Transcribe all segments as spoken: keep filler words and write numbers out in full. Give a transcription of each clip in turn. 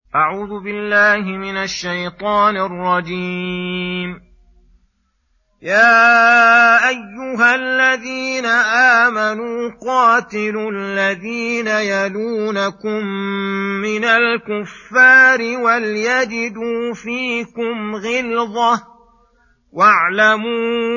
أعوذ بالله من الشيطان الرجيم. يا أيها الذين آمنوا قاتلوا الذين يلونكم من الكفار وليجدوا فيكم غلظة واعلموا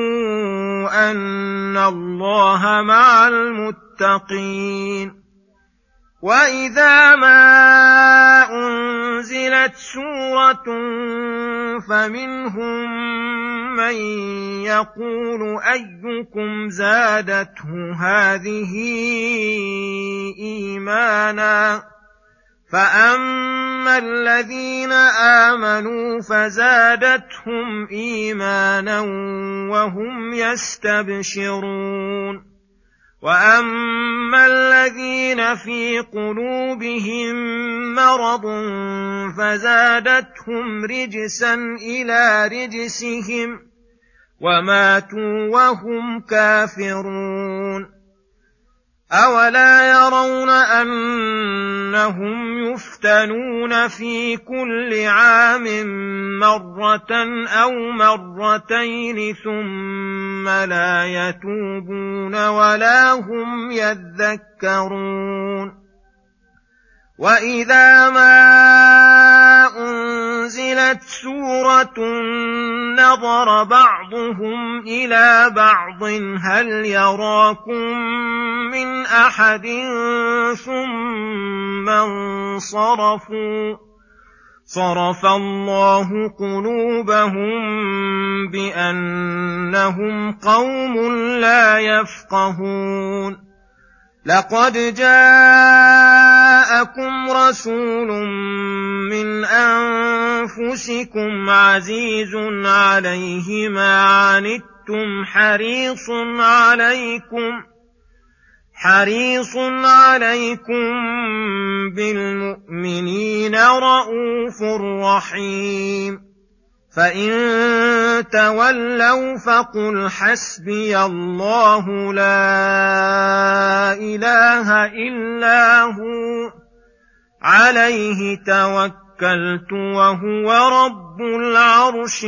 أن الله مع المتقين. وإذا ما أنزلت سورة فمنهم من يقول أيكم زادته هذه إيمانا فأما الذين آمنوا فزادتهم إيمانا وهم يستبشرون. وأما الذين في قلوبهم مرض فزادتهم رجسا إلى رجسهم وماتوا وهم كافرون. أولا يرون أنهم يفتنون في كل عام مرة أو مرتين ثم لا يتوبون ولا هم يذكرون. وإذا ما أنزلت سورة نظر بعضهم إلى بعض هل يراكم من أحد ثم انصرفوا صرف الله قلوبهم بأنهم قوم لا يفقهون. لقد جاءكم رسول من أنفسكم عزيز عليه ما عنتم حريص عليكم حريص عليكم بالمؤمنين رءوف رحيم. فإن تولوا فقل حسبي الله لا إله إلا هو عليه توكلت وهو رب العرش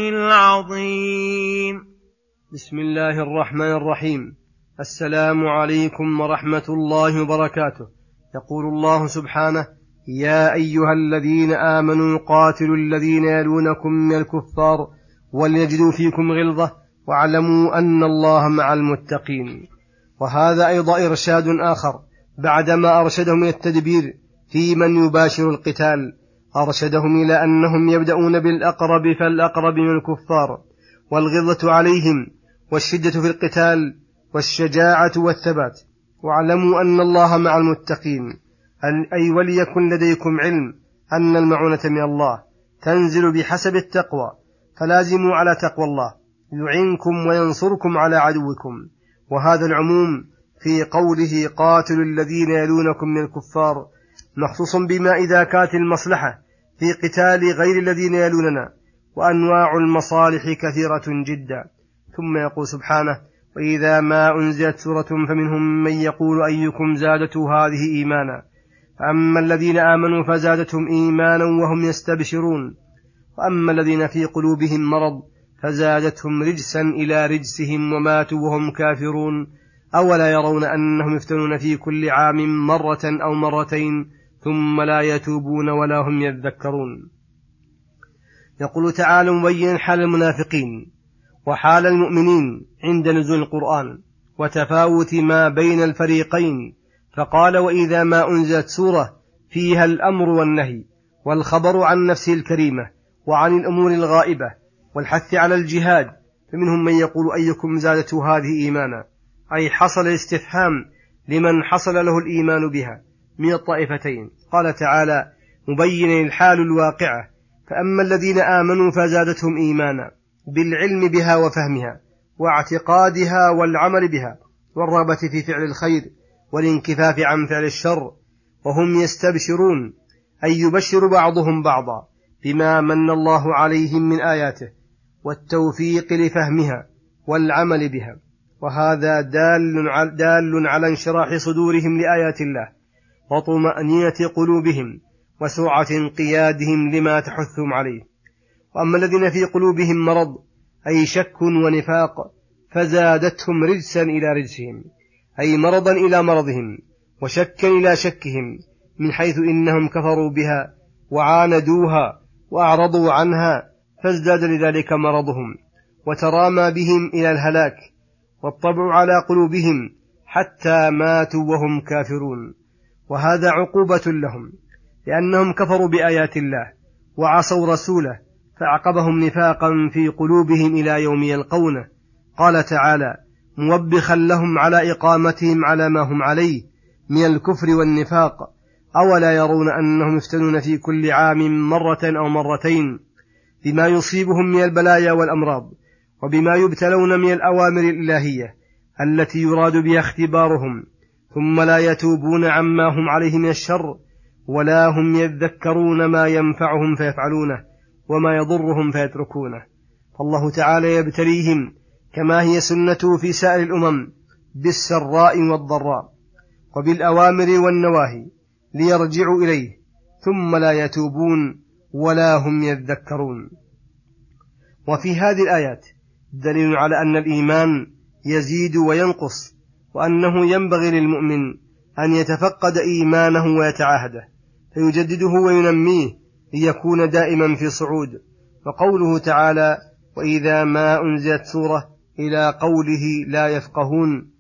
العظيم. بسم الله الرحمن الرحيم. السلام عليكم ورحمة الله وبركاته. يقول الله سبحانه: يا أيها الذين آمنوا قاتلوا الذين يلونكم من الكفار وليجدوا فيكم غلظة واعلموا أن الله مع المتقين. وهذا أيضا إرشاد آخر بعدما أرشدهم إلى التدبير في من يباشر القتال، أرشدهم إلى أنهم يبدأون بالأقرب فالأقرب من الكفار، والغلظة عليهم والشدة في القتال والشجاعة والثبات. واعلموا أن الله مع المتقين، أي وليكن لديكم علم أن المعونة من الله تنزل بحسب التقوى، فلازموا على تقوى الله يعينكم وينصركم على عدوكم. وهذا العموم في قوله قاتلوا الذين يلونكم من الكفار مخصوص بما إذا كانت المصلحة في قتال غير الذين يلوننا، وأنواع المصالح كثيرة جدا. ثم يقول سبحانه: وإذا ما أنزلت سورة فمنهم من يقول أيكم زادته هذه إيمانا فأما الذين آمنوا فزادتهم إيمانا وهم يستبشرون. وأما الذين في قلوبهم مرض فزادتهم رجسا إلى رجسهم وماتوا وهم كافرون. أولا يرون أنهم يفتنون في كل عام مرة أو مرتين ثم لا يتوبون ولا هم يذكرون. يقول تعالى مبينا حال المنافقين وحال المؤمنين عند نزول القرآن وتفاوت ما بين الفريقين، فقال: وإذا ما أنزلت سورة فيها الأمر والنهي والخبر عن نفسه الكريمة وعن الأمور الغائبة والحث على الجهاد فمنهم من يقول أيكم زادته هذه إيمانا، أي حصل الاستفهام لمن حصل له الإيمان بها من الطائفتين. قال تعالى مبينا الحال الواقعة: فأما الذين آمنوا فزادتهم إيمانا بالعلم بها وفهمها واعتقادها والعمل بها والرغبة في فعل الخير والانكفاف عن فعل الشر وهم يستبشرون، أي يبشر بعضهم بعضا بما من الله عليهم من آياته والتوفيق لفهمها والعمل بها. وهذا دال, دال على انشراح صدورهم لآيات الله وطمأنينة قلوبهم وسرعة انقيادهم لما تحثهم عليه. وأما الذين في قلوبهم مرض أي شك ونفاق فزادتهم رجسا إلى رجسهم، أي مرضا إلى مرضهم وشكا إلى شكهم، من حيث إنهم كفروا بها وعاندوها وأعرضوا عنها، فازداد لذلك مرضهم وترامى بهم إلى الهلاك، والطبع على قلوبهم حتى ماتوا وهم كافرون. وهذا عقوبة لهم لأنهم كفروا بآيات الله وعصوا رسوله، فأعقبهم نفاقا في قلوبهم إلى يوم يلقونه. قال تعالى موبخا لهم على إقامتهم على ما هم عليه من الكفر والنفاق: أولا يرون أنهم يفتنون في كل عام مرة أو مرتين بما يصيبهم من البلايا والأمراض، وبما يبتلون من الأوامر الإلهية التي يراد بها اختبارهم، ثم لا يتوبون عما هم عليه من الشر، ولا هم يذكرون ما ينفعهم فيفعلونه وما يضرهم فيتركونه. فالله تعالى يبتليهم كما هي سنته في سائر الأمم بالسراء والضراء وبالأوامر والنواهي ليرجعوا إليه، ثم لا يتوبون ولا هم يذكرون. وفي هذه الآيات دليل على أن الإيمان يزيد وينقص، وأنه ينبغي للمؤمن أن يتفقد إيمانه ويتعاهده فيجدده وينميه ليكون دائما في صعود. وقوله تعالى وإذا ما أنزلت سورة إلى قوله لا يفقهون،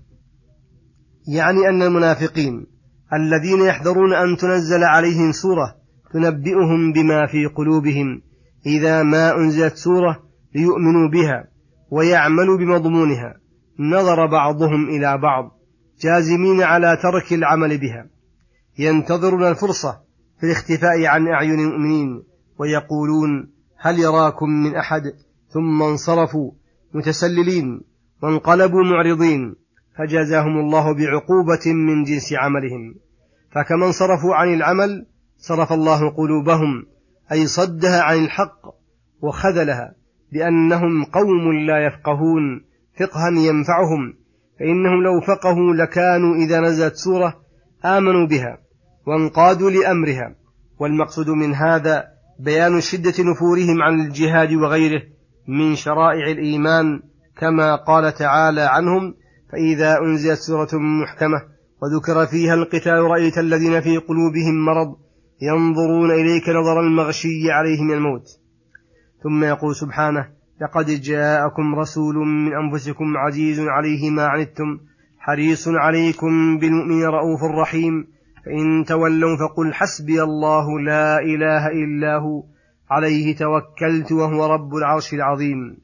يعني أن المنافقين الذين يحذرون أن تنزل عليهم سورة تنبئهم بما في قلوبهم إذا ما أنزلت سورة ليؤمنوا بها ويعملوا بمضمونها، نظر بعضهم إلى بعض جازمين على ترك العمل بها، ينتظرون الفرصة في الاختفاء عن أعين المؤمنين، ويقولون هل يراكم من أحد، ثم انصرفوا متسللين وانقلبوا معرضين، فجزاهم الله بعقوبة من جنس عملهم. فكما انصرفوا عن العمل صرف الله قلوبهم، أي صدها عن الحق وخذلها، بأنهم قوم لا يفقهون فقها ينفعهم، فإنهم لو فقهوا لكانوا إذا نزلت سورة آمنوا بها وانقادوا لأمرها. والمقصود من هذا بيان شدة نفورهم عن الجهاد وغيره من شرائع الإيمان، كما قال تعالى عنهم فإذا أنزلت سورة محكمة وذكر فيها القتال رأيت الذين في قلوبهم مرض ينظرون إليك نظر المغشي عليه من الموت. ثم يقول سبحانه لقد جاءكم رسول من أنفسكم عزيز عليه ما عنتم حريص عليكم بالمؤمنين رؤوف رحيم، فإن تولوا فقل حسبي الله لا إله إلا هو عليه توكلت وهو رب العرش العظيم.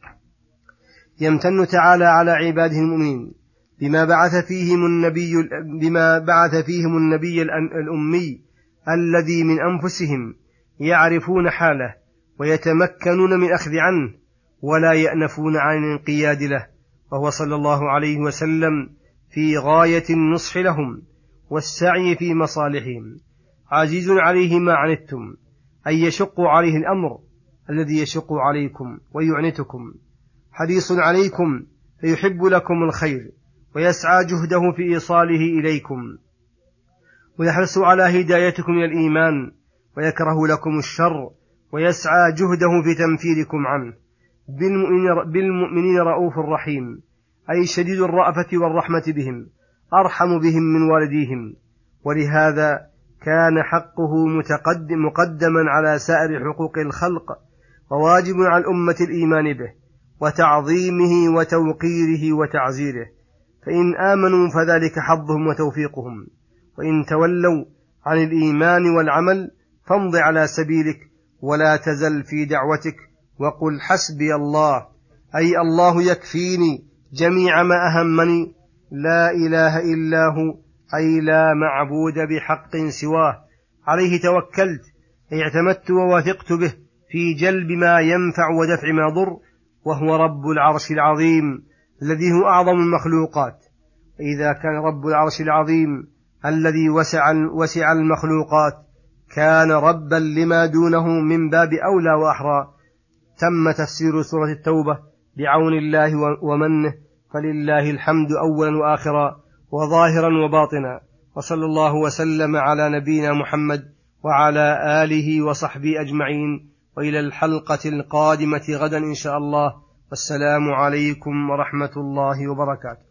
يمتن تعالى على عباده المؤمنين بما بعث فيهم النبي, بما بعث فيهم النبي الأمي الذي من أنفسهم يعرفون حاله ويتمكنون من أخذ عنه ولا يأنفون عن الانقياد له، وهو صلى الله عليه وسلم في غاية النصح لهم والسعي في مصالحهم، عزيز عليه ما عنتم أي يشق عليه الأمر الذي يشق عليكم ويعنتكم، حريص عليكم فيحب لكم الخير ويسعى جهده في إيصاله إليكم، ويحرص على هدايتكم إلى الإيمان ويكره لكم الشر ويسعى جهده في تنفيركم عنه. بالمؤمنين رؤوف رحيم أي شديد الرأفة والرحمة بهم، أرحم بهم من والديهم، ولهذا كان حقه متقدم مقدما على سائر حقوق الخلق، وواجب على الأمة الإيمان به وتعظيمه وتوقيره وتعزيره، فإن آمنوا فذلك حظهم وتوفيقهم، وإن تولوا عن الإيمان والعمل فامض على سبيلك ولا تزل في دعوتك وقل حسبي الله أي الله يكفيني جميع ما أهمني، لا إله إلا هو أي لا معبود بحق سواه، عليه توكلت أي اعتمدت وواثقت به في جلب ما ينفع ودفع ما ضر، وهو رب العرش العظيم الذي هو أعظم المخلوقات. إذا كان رب العرش العظيم الذي وسع, وسع المخلوقات كان ربا لما دونه من باب أولى وأحرى. تم تفسير سورة التوبة بعون الله ومنه، فلله الحمد أولا وآخرا وظاهرا وباطنا، وصلى الله وسلم على نبينا محمد وعلى آله وصحبه أجمعين، وإلى الحلقة القادمة غدا إن شاء الله، والسلام عليكم ورحمة الله وبركاته.